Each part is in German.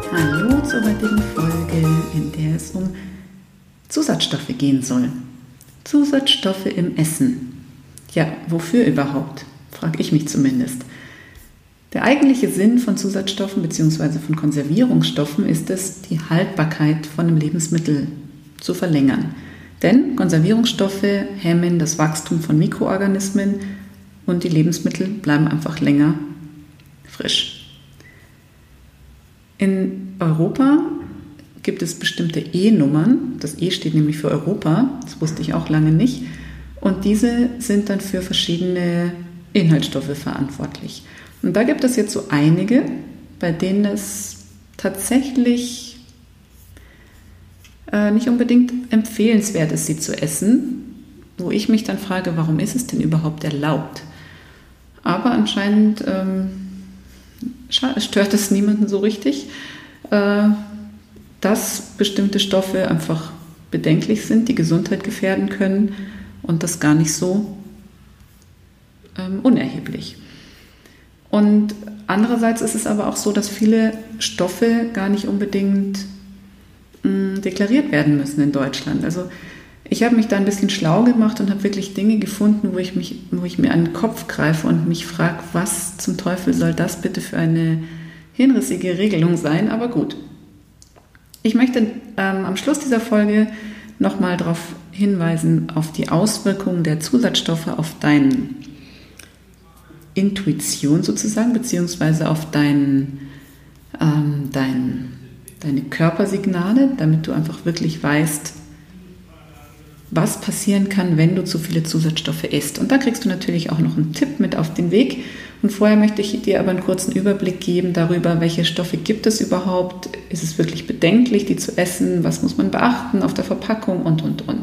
Hallo zur heutigen Folge, in der es um Zusatzstoffe gehen soll. Zusatzstoffe im Essen. Ja, wofür überhaupt? Frage ich mich zumindest. Der eigentliche Sinn von Zusatzstoffen bzw. von Konservierungsstoffen ist es, die Haltbarkeit von einem Lebensmittel zu verlängern. Denn Konservierungsstoffe hemmen das Wachstum von Mikroorganismen und die Lebensmittel bleiben einfach länger frisch. In Europa gibt es bestimmte E-Nummern. Das E steht nämlich für Europa, das wusste ich auch lange nicht. Und diese sind dann für verschiedene Inhaltsstoffe verantwortlich. Und da gibt es jetzt so einige, bei denen es tatsächlich nicht unbedingt empfehlenswert ist, sie zu essen, wo ich mich dann frage, warum ist es denn überhaupt erlaubt? Aber anscheinend stört es niemanden so richtig, dass bestimmte Stoffe einfach bedenklich sind, die Gesundheit gefährden können und das gar nicht so unerheblich. Und andererseits ist es aber auch so, dass viele Stoffe gar nicht unbedingt deklariert werden müssen in Deutschland. Also ich habe mich da ein bisschen schlau gemacht und habe wirklich Dinge gefunden, wo ich mir an den Kopf greife und mich frage, was zum Teufel soll das bitte für eine hinrissige Regelung sein? Aber gut. Ich möchte am Schluss dieser Folge nochmal darauf hinweisen, auf die Auswirkungen der Zusatzstoffe auf deine Intuition sozusagen, beziehungsweise auf deine Körpersignale, damit du einfach wirklich weißt, was passieren kann, wenn du zu viele Zusatzstoffe isst. Und da kriegst du natürlich auch noch einen Tipp mit auf den Weg. Und vorher möchte ich dir aber einen kurzen Überblick geben darüber, welche Stoffe gibt es überhaupt. Ist es wirklich bedenklich, die zu essen? Was muss man beachten auf der Verpackung und.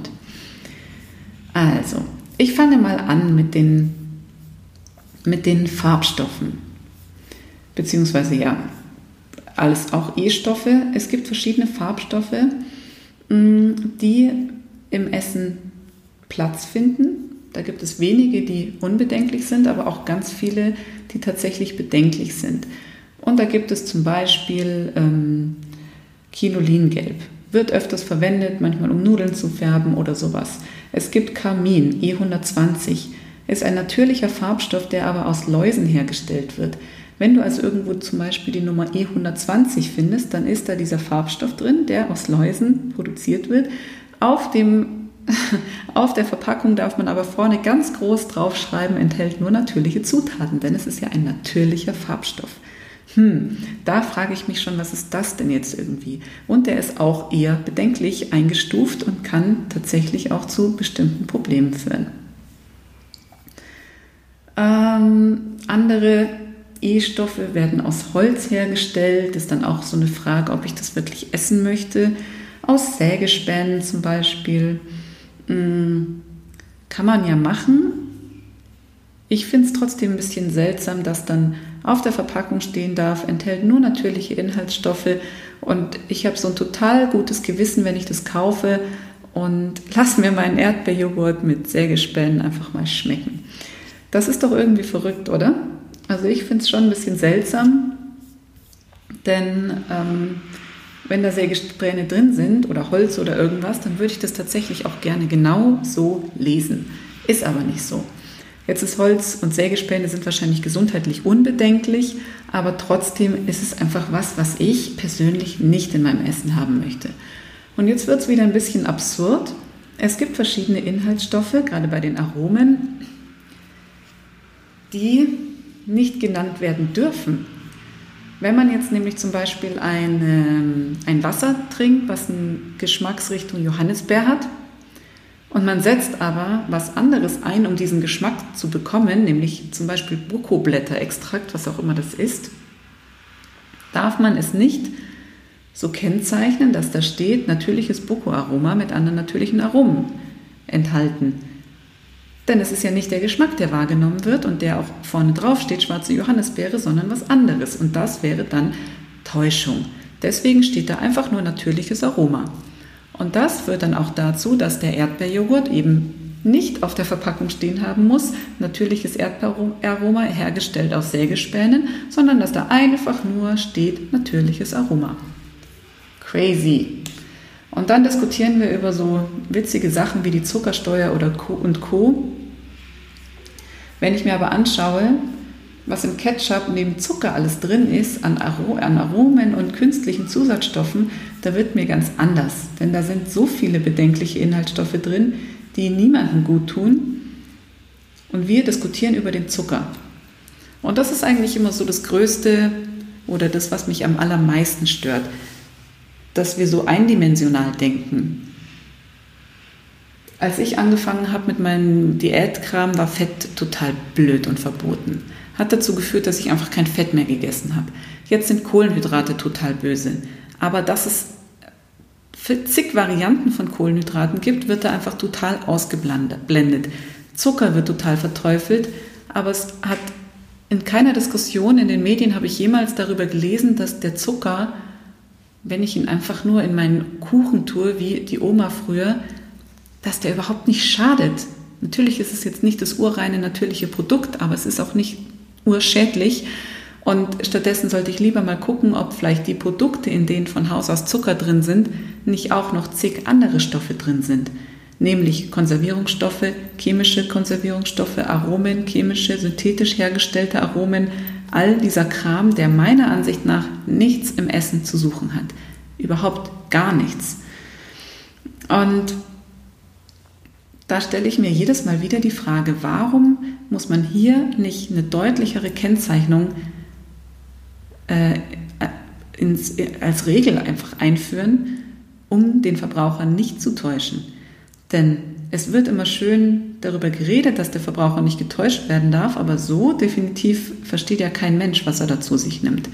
Also, ich fange mal an mit den Farbstoffen. Beziehungsweise ja, alles auch E-Stoffe. Es gibt verschiedene Farbstoffe, die im Essen Platz finden. Da gibt es wenige, die unbedenklich sind, aber auch ganz viele, die tatsächlich bedenklich sind. Und da gibt es zum Beispiel Quinolingelb. Wird öfters verwendet, manchmal um Nudeln zu färben oder sowas. Es gibt Carmin, E120. Ist ein natürlicher Farbstoff, der aber aus Läusen hergestellt wird. Wenn du also irgendwo zum Beispiel die Nummer E120 findest, dann ist da dieser Farbstoff drin, der aus Läusen produziert wird. Auf der Verpackung darf man aber vorne ganz groß draufschreiben, enthält nur natürliche Zutaten, denn es ist ja ein natürlicher Farbstoff. Da frage ich mich schon, was ist das denn jetzt irgendwie? Und der ist auch eher bedenklich eingestuft und kann tatsächlich auch zu bestimmten Problemen führen. Andere E-Stoffe werden aus Holz hergestellt. Ist dann auch so eine Frage, ob ich das wirklich essen möchte. Aus Sägespänen zum Beispiel. Kann man ja machen. Ich finde es trotzdem ein bisschen seltsam, dass dann auf der Verpackung stehen darf, enthält nur natürliche Inhaltsstoffe. Und ich habe so ein total gutes Gewissen, wenn ich das kaufe und lass mir meinen Erdbeerjoghurt mit Sägespänen einfach mal schmecken. Das ist doch irgendwie verrückt, oder? Also ich finde es schon ein bisschen seltsam, denn wenn da Sägespäne drin sind oder Holz oder irgendwas, dann würde ich das tatsächlich auch gerne genau so lesen. Ist aber nicht so. Jetzt ist Holz und Sägespäne sind wahrscheinlich gesundheitlich unbedenklich, aber trotzdem ist es einfach was ich persönlich nicht in meinem Essen haben möchte. Und jetzt wird es wieder ein bisschen absurd. Es gibt verschiedene Inhaltsstoffe, gerade bei den Aromen, die nicht genannt werden dürfen. Wenn man jetzt nämlich zum Beispiel ein Wasser trinkt, was eine Geschmacksrichtung Johannisbeer hat, und man setzt aber was anderes ein, um diesen Geschmack zu bekommen, nämlich zum Beispiel Buko-Blätterextrakt, was auch immer das ist, darf man es nicht so kennzeichnen, dass da steht, natürliches Buko-Aroma mit anderen natürlichen Aromen enthalten. Denn es ist ja nicht der Geschmack, der wahrgenommen wird und der auch vorne drauf steht, schwarze Johannisbeere, sondern was anderes. Und das wäre dann Täuschung. Deswegen steht da einfach nur natürliches Aroma. Und das führt dann auch dazu, dass der Erdbeerjoghurt eben nicht auf der Verpackung stehen haben muss, natürliches Erdbeeraroma hergestellt aus Sägespänen, sondern dass da einfach nur steht, natürliches Aroma. Crazy. Und dann diskutieren wir über so witzige Sachen wie die Zuckersteuer oder Co. Wenn ich mir aber anschaue, was im Ketchup neben Zucker alles drin ist, an Aromen und künstlichen Zusatzstoffen, da wird mir ganz anders. Denn da sind so viele bedenkliche Inhaltsstoffe drin, die niemandem gut tun. Und wir diskutieren über den Zucker. Und das ist eigentlich immer so das Größte oder das, was mich am allermeisten stört, dass wir so eindimensional denken. Als ich angefangen habe mit meinem Diätkram, war Fett total blöd und verboten. Hat dazu geführt, dass ich einfach kein Fett mehr gegessen habe. Jetzt sind Kohlenhydrate total böse. Aber dass es zig Varianten von Kohlenhydraten gibt, wird da einfach total ausgeblendet. Zucker wird total verteufelt, aber es hat in keiner Diskussion in den Medien habe ich jemals darüber gelesen, dass der Zucker, wenn ich ihn einfach nur in meinen Kuchen tue, wie die Oma früher, dass der überhaupt nicht schadet. Natürlich ist es jetzt nicht das urreine natürliche Produkt, aber es ist auch nicht urschädlich. Und stattdessen sollte ich lieber mal gucken, ob vielleicht die Produkte, in denen von Haus aus Zucker drin sind, nicht auch noch zig andere Stoffe drin sind. Nämlich Konservierungsstoffe, chemische Konservierungsstoffe, Aromen, chemische, synthetisch hergestellte Aromen. All dieser Kram, der meiner Ansicht nach nichts im Essen zu suchen hat. Überhaupt gar nichts. Und da stelle ich mir jedes Mal wieder die Frage, warum muss man hier nicht eine deutlichere Kennzeichnung als Regel einfach einführen, um den Verbraucher nicht zu täuschen. Denn es wird immer schön darüber geredet, dass der Verbraucher nicht getäuscht werden darf, aber so definitiv versteht ja kein Mensch, was er da zu sich nimmt.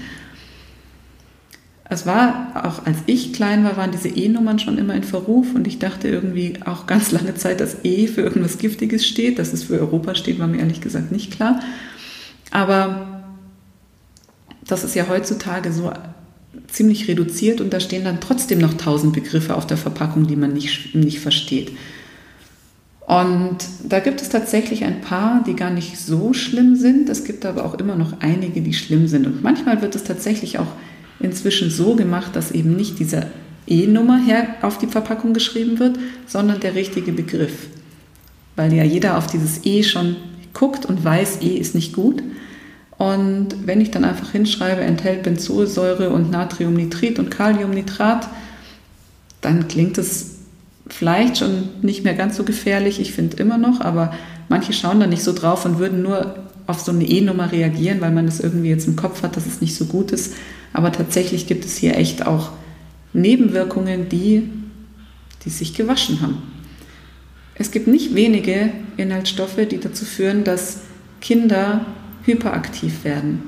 Es war, auch als ich klein war, waren diese E-Nummern schon immer in Verruf und ich dachte irgendwie auch ganz lange Zeit, dass E für irgendwas Giftiges steht. Dass es für Europa steht, war mir ehrlich gesagt nicht klar. Aber das ist ja heutzutage so ziemlich reduziert und da stehen dann trotzdem noch 1000 Begriffe auf der Verpackung, die man nicht versteht. Und da gibt es tatsächlich ein paar, die gar nicht so schlimm sind. Es gibt aber auch immer noch einige, die schlimm sind. Und manchmal wird es tatsächlich auch inzwischen so gemacht, dass eben nicht diese E-Nummer auf die Verpackung geschrieben wird, sondern der richtige Begriff. Weil ja jeder auf dieses E schon guckt und weiß, E ist nicht gut. Und wenn ich dann einfach hinschreibe, enthält Benzolsäure und Natriumnitrit und Kaliumnitrat, dann klingt es vielleicht schon nicht mehr ganz so gefährlich. Ich finde immer noch, aber manche schauen da nicht so drauf und würden nur auf so eine E-Nummer reagieren, weil man das irgendwie jetzt im Kopf hat, dass es nicht so gut ist. Aber tatsächlich gibt es hier echt auch Nebenwirkungen, die sich gewaschen haben. Es gibt nicht wenige Inhaltsstoffe, die dazu führen, dass Kinder hyperaktiv werden.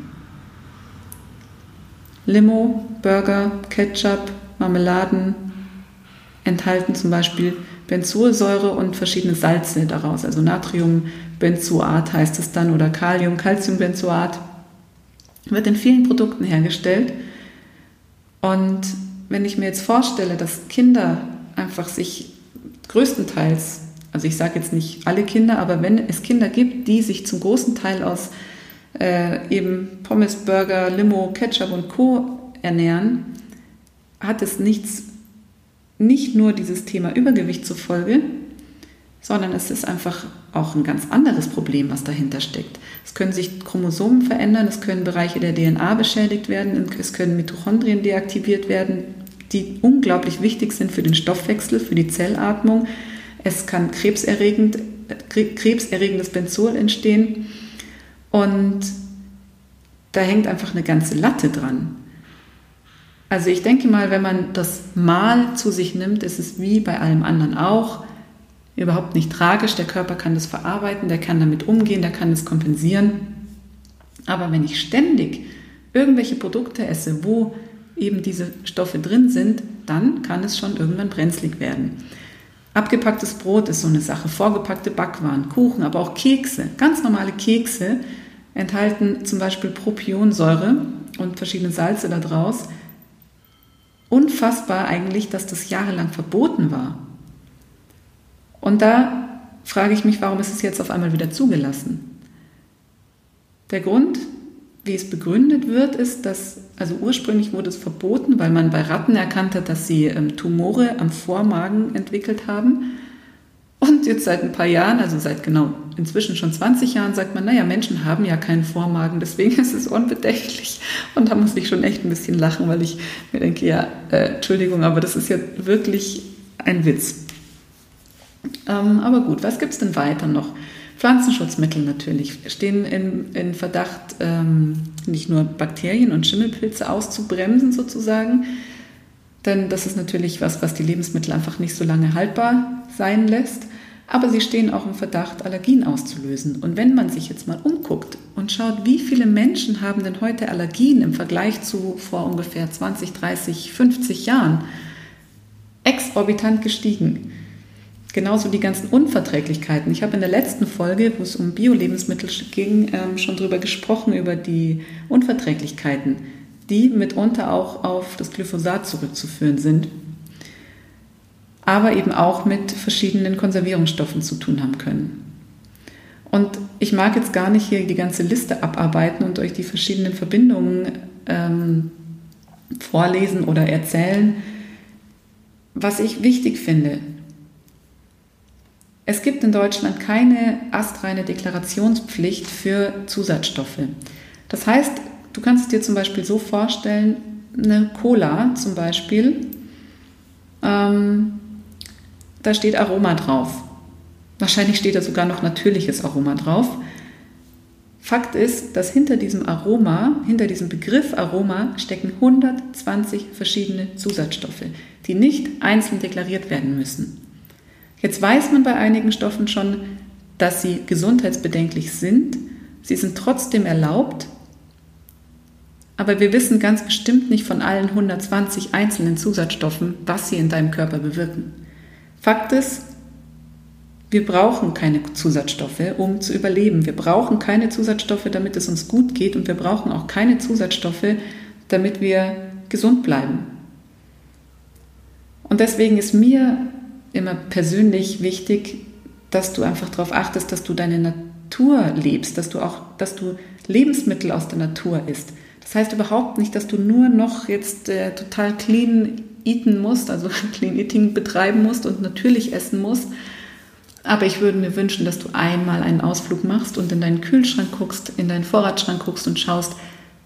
Limo, Burger, Ketchup, Marmeladen enthalten zum Beispiel Benzolsäure und verschiedene Salze daraus, also Natriumbenzoat heißt es dann oder Calciumbenzoat, wird in vielen Produkten hergestellt. Und wenn ich mir jetzt vorstelle, dass Kinder einfach sich größtenteils, also ich sage jetzt nicht alle Kinder, aber wenn es Kinder gibt, die sich zum großen Teil aus eben Pommes, Burger, Limo, Ketchup und Co. ernähren, hat es nicht nur dieses Thema Übergewicht zur Folge, sondern es ist einfach auch ein ganz anderes Problem, was dahinter steckt. Es können sich Chromosomen verändern, es können Bereiche der DNA beschädigt werden, es können Mitochondrien deaktiviert werden, die unglaublich wichtig sind für den Stoffwechsel, für die Zellatmung. Es kann krebserregendes Benzol entstehen und da hängt einfach eine ganze Latte dran. Also ich denke mal, wenn man das mal zu sich nimmt, ist es wie bei allem anderen auch überhaupt nicht tragisch. Der Körper kann das verarbeiten, der kann damit umgehen, der kann es kompensieren. Aber wenn ich ständig irgendwelche Produkte esse, wo eben diese Stoffe drin sind, dann kann es schon irgendwann brenzlig werden. Abgepacktes Brot ist so eine Sache, vorgepackte Backwaren, Kuchen, aber auch Kekse, ganz normale Kekse enthalten zum Beispiel Propionsäure und verschiedene Salze daraus. Unfassbar eigentlich, dass das jahrelang verboten war. Und da frage ich mich, warum ist es jetzt auf einmal wieder zugelassen? Der Grund, wie es begründet wird, ist, dass, also ursprünglich wurde es verboten, weil man bei Ratten erkannt hat, dass sie Tumore am Vormagen entwickelt haben. Und jetzt seit ein paar Jahren, also seit inzwischen schon 20 Jahren, sagt man, naja, Menschen haben ja keinen Vormagen, deswegen ist es unbedächtlich. Und da muss ich schon echt ein bisschen lachen, weil ich mir denke, ja, Entschuldigung, aber das ist ja wirklich ein Witz. Aber gut, was gibt es denn weiter noch? Pflanzenschutzmittel natürlich stehen in Verdacht, nicht nur Bakterien und Schimmelpilze auszubremsen sozusagen, denn das ist natürlich was die Lebensmittel einfach nicht so lange haltbar sein lässt, aber sie stehen auch im Verdacht, Allergien auszulösen. Und wenn man sich jetzt mal umguckt und schaut, wie viele Menschen haben denn heute Allergien im Vergleich zu vor ungefähr 20, 30, 50 Jahren, exorbitant gestiegen. Genauso die ganzen Unverträglichkeiten. Ich habe in der letzten Folge, wo es um Bio-Lebensmittel ging, schon darüber gesprochen, über die Unverträglichkeiten, die mitunter auch auf das Glyphosat zurückzuführen sind, aber eben auch mit verschiedenen Konservierungsstoffen zu tun haben können. Und ich mag jetzt gar nicht hier die ganze Liste abarbeiten und euch die verschiedenen Verbindungen vorlesen oder erzählen. Was ich wichtig finde: Es gibt in Deutschland keine astreine Deklarationspflicht für Zusatzstoffe. Das heißt, du kannst es dir zum Beispiel so vorstellen, eine Cola zum Beispiel, da steht Aroma drauf. Wahrscheinlich steht da sogar noch natürliches Aroma drauf. Fakt ist, dass hinter diesem Aroma, hinter diesem Begriff Aroma stecken 120 verschiedene Zusatzstoffe, die nicht einzeln deklariert werden müssen. Jetzt weiß man bei einigen Stoffen schon, dass sie gesundheitsbedenklich sind. Sie sind trotzdem erlaubt, aber wir wissen ganz bestimmt nicht von allen 120 einzelnen Zusatzstoffen, was sie in deinem Körper bewirken. Fakt ist, wir brauchen keine Zusatzstoffe, um zu überleben. Wir brauchen keine Zusatzstoffe, damit es uns gut geht, und wir brauchen auch keine Zusatzstoffe, damit wir gesund bleiben. Und deswegen ist mir immer persönlich wichtig, dass du einfach darauf achtest, dass du deine Natur lebst, dass du Lebensmittel aus der Natur isst. Das heißt überhaupt nicht, dass du nur noch jetzt total clean eaten musst, also Clean Eating betreiben musst und natürlich essen musst. Aber ich würde mir wünschen, dass du einmal einen Ausflug machst und in deinen Kühlschrank guckst, in deinen Vorratsschrank guckst und schaust,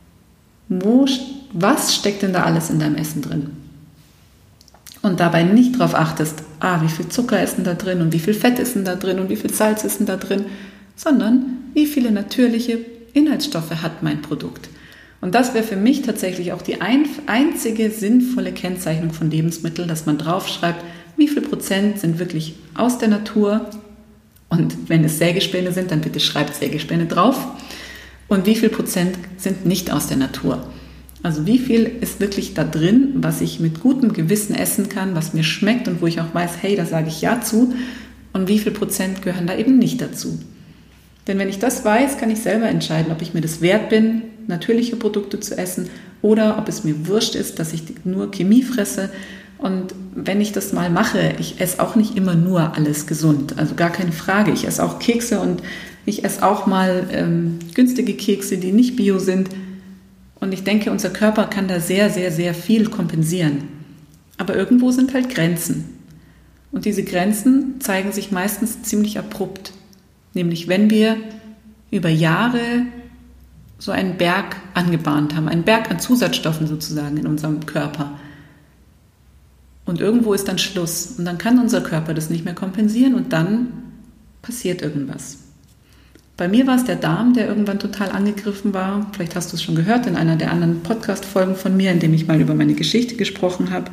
was steckt denn da alles in deinem Essen drin? Und dabei nicht darauf achtest, wie viel Zucker ist denn da drin und wie viel Fett ist denn da drin und wie viel Salz ist denn da drin, sondern wie viele natürliche Inhaltsstoffe hat mein Produkt. Und das wäre für mich tatsächlich auch die einzige sinnvolle Kennzeichnung von Lebensmitteln, dass man draufschreibt, wie viel Prozent sind wirklich aus der Natur, und wenn es Sägespäne sind, dann bitte schreibt Sägespäne drauf, und wie viel Prozent sind nicht aus der Natur. Also wie viel ist wirklich da drin, was ich mit gutem Gewissen essen kann, was mir schmeckt und wo ich auch weiß, hey, da sage ich ja zu, und wie viel Prozent gehören da eben nicht dazu. Denn wenn ich das weiß, kann ich selber entscheiden, ob ich mir das wert bin, natürliche Produkte zu essen, oder ob es mir wurscht ist, dass ich nur Chemie fresse. Und wenn ich das mal mache, ich esse auch nicht immer nur alles gesund, also gar keine Frage. Ich esse auch Kekse und ich esse auch mal günstige Kekse, die nicht bio sind. Und ich denke, unser Körper kann da sehr, sehr, sehr viel kompensieren. Aber irgendwo sind halt Grenzen. Und diese Grenzen zeigen sich meistens ziemlich abrupt. Nämlich wenn wir über Jahre so einen Berg angebahnt haben, einen Berg an Zusatzstoffen sozusagen in unserem Körper. Und irgendwo ist dann Schluss. Und dann kann unser Körper das nicht mehr kompensieren und dann passiert irgendwas. Bei mir war es der Darm, der irgendwann total angegriffen war. Vielleicht hast du es schon gehört in einer der anderen Podcast-Folgen von mir, in dem ich mal über meine Geschichte gesprochen habe.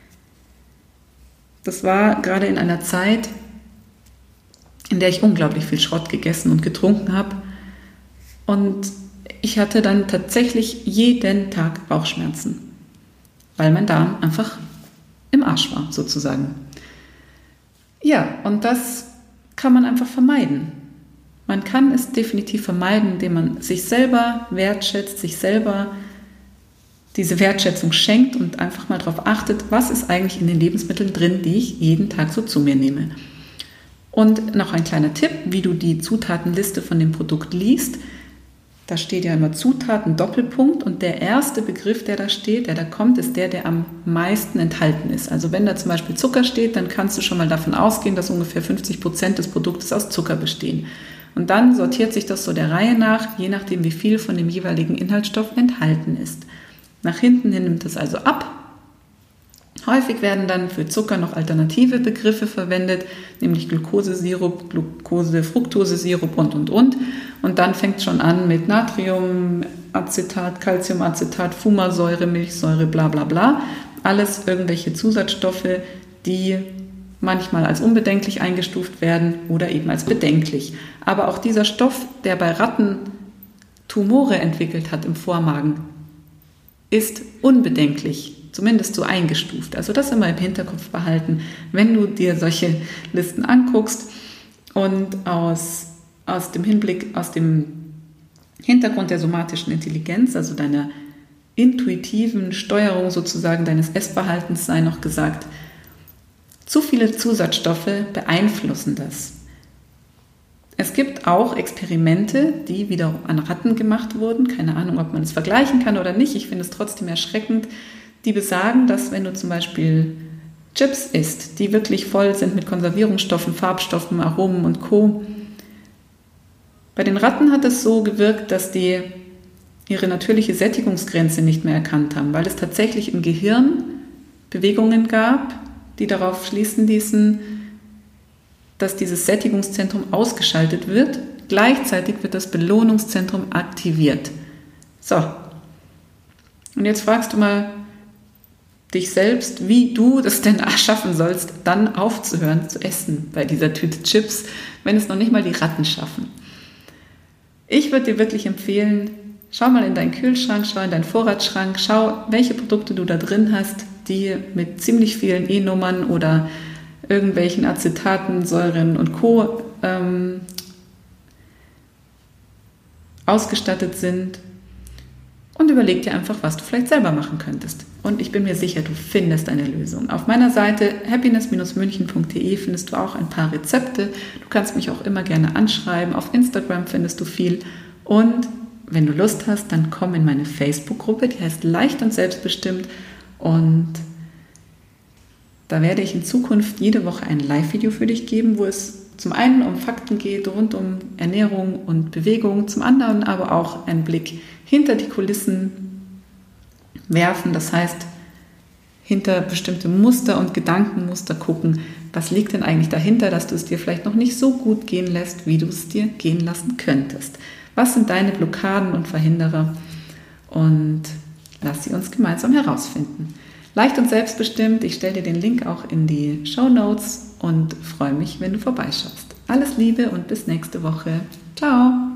Das war gerade in einer Zeit, in der ich unglaublich viel Schrott gegessen und getrunken habe. Und ich hatte dann tatsächlich jeden Tag Bauchschmerzen, weil mein Darm einfach im Arsch war, sozusagen. Ja, und das kann man einfach vermeiden. Man kann es definitiv vermeiden, indem man sich selber wertschätzt, sich selber diese Wertschätzung schenkt und einfach mal darauf achtet, was ist eigentlich in den Lebensmitteln drin, die ich jeden Tag so zu mir nehme. Und noch ein kleiner Tipp, wie du die Zutatenliste von dem Produkt liest. Da steht ja immer Zutaten, Doppelpunkt, und der erste Begriff, der da steht, der da kommt, ist der am meisten enthalten ist. Also wenn da zum Beispiel Zucker steht, dann kannst du schon mal davon ausgehen, dass ungefähr 50% des Produktes aus Zucker bestehen. Und dann sortiert sich das so der Reihe nach, je nachdem wie viel von dem jeweiligen Inhaltsstoff enthalten ist. Nach hinten hin nimmt es also ab. Häufig werden dann für Zucker noch alternative Begriffe verwendet, nämlich Glukosesirup, Glucose-Fructose-Sirup und. Und dann fängt es schon an mit Natriumacetat, Calciumacetat, Fumarsäure, Milchsäure, bla bla bla. Alles irgendwelche Zusatzstoffe, die manchmal als unbedenklich eingestuft werden oder eben als bedenklich. Aber auch dieser Stoff, der bei Ratten Tumore entwickelt hat im Vormagen, ist unbedenklich, zumindest so eingestuft. Also das immer im Hinterkopf behalten, wenn du dir solche Listen anguckst und aus dem Hintergrund der somatischen Intelligenz, also deiner intuitiven Steuerung sozusagen deines Essverhaltens, sei noch gesagt, zu viele Zusatzstoffe beeinflussen das. Es gibt auch Experimente, die wieder an Ratten gemacht wurden. Keine Ahnung, ob man es vergleichen kann oder nicht. Ich finde es trotzdem erschreckend. Die besagen, dass wenn du zum Beispiel Chips isst, die wirklich voll sind mit Konservierungsstoffen, Farbstoffen, Aromen und Co. Bei den Ratten hat es so gewirkt, dass die ihre natürliche Sättigungsgrenze nicht mehr erkannt haben, weil es tatsächlich im Gehirn Bewegungen gab, die darauf schließen ließen, dass dieses Sättigungszentrum ausgeschaltet wird. Gleichzeitig wird das Belohnungszentrum aktiviert. So, und jetzt fragst du mal dich selbst, wie du das denn schaffen sollst, dann aufzuhören zu essen bei dieser Tüte Chips, wenn es noch nicht mal die Ratten schaffen. Ich würde dir wirklich empfehlen, schau mal in deinen Kühlschrank, schau in deinen Vorratsschrank, schau, welche Produkte du da drin hast, die mit ziemlich vielen E-Nummern oder irgendwelchen Acetaten, Säuren und Co. Ausgestattet sind, und überleg dir einfach, was du vielleicht selber machen könntest. Und ich bin mir sicher, du findest eine Lösung. Auf meiner Seite happiness-münchen.de findest du auch ein paar Rezepte. Du kannst mich auch immer gerne anschreiben. Auf Instagram findest du viel. Und wenn du Lust hast, dann komm in meine Facebook-Gruppe, die heißt Leicht und Selbstbestimmt. Und da werde ich in Zukunft jede Woche ein Live-Video für dich geben, wo es zum einen um Fakten geht, rund um Ernährung und Bewegung, zum anderen aber auch einen Blick hinter die Kulissen werfen. Das heißt, hinter bestimmte Muster und Gedankenmuster gucken, was liegt denn eigentlich dahinter, dass du es dir vielleicht noch nicht so gut gehen lässt, wie du es dir gehen lassen könntest. Was sind deine Blockaden und Verhinderer? Und lass sie uns gemeinsam herausfinden. Leicht und selbstbestimmt, ich stelle dir den Link auch in die Shownotes und freue mich, wenn du vorbeischaust. Alles Liebe und bis nächste Woche. Ciao!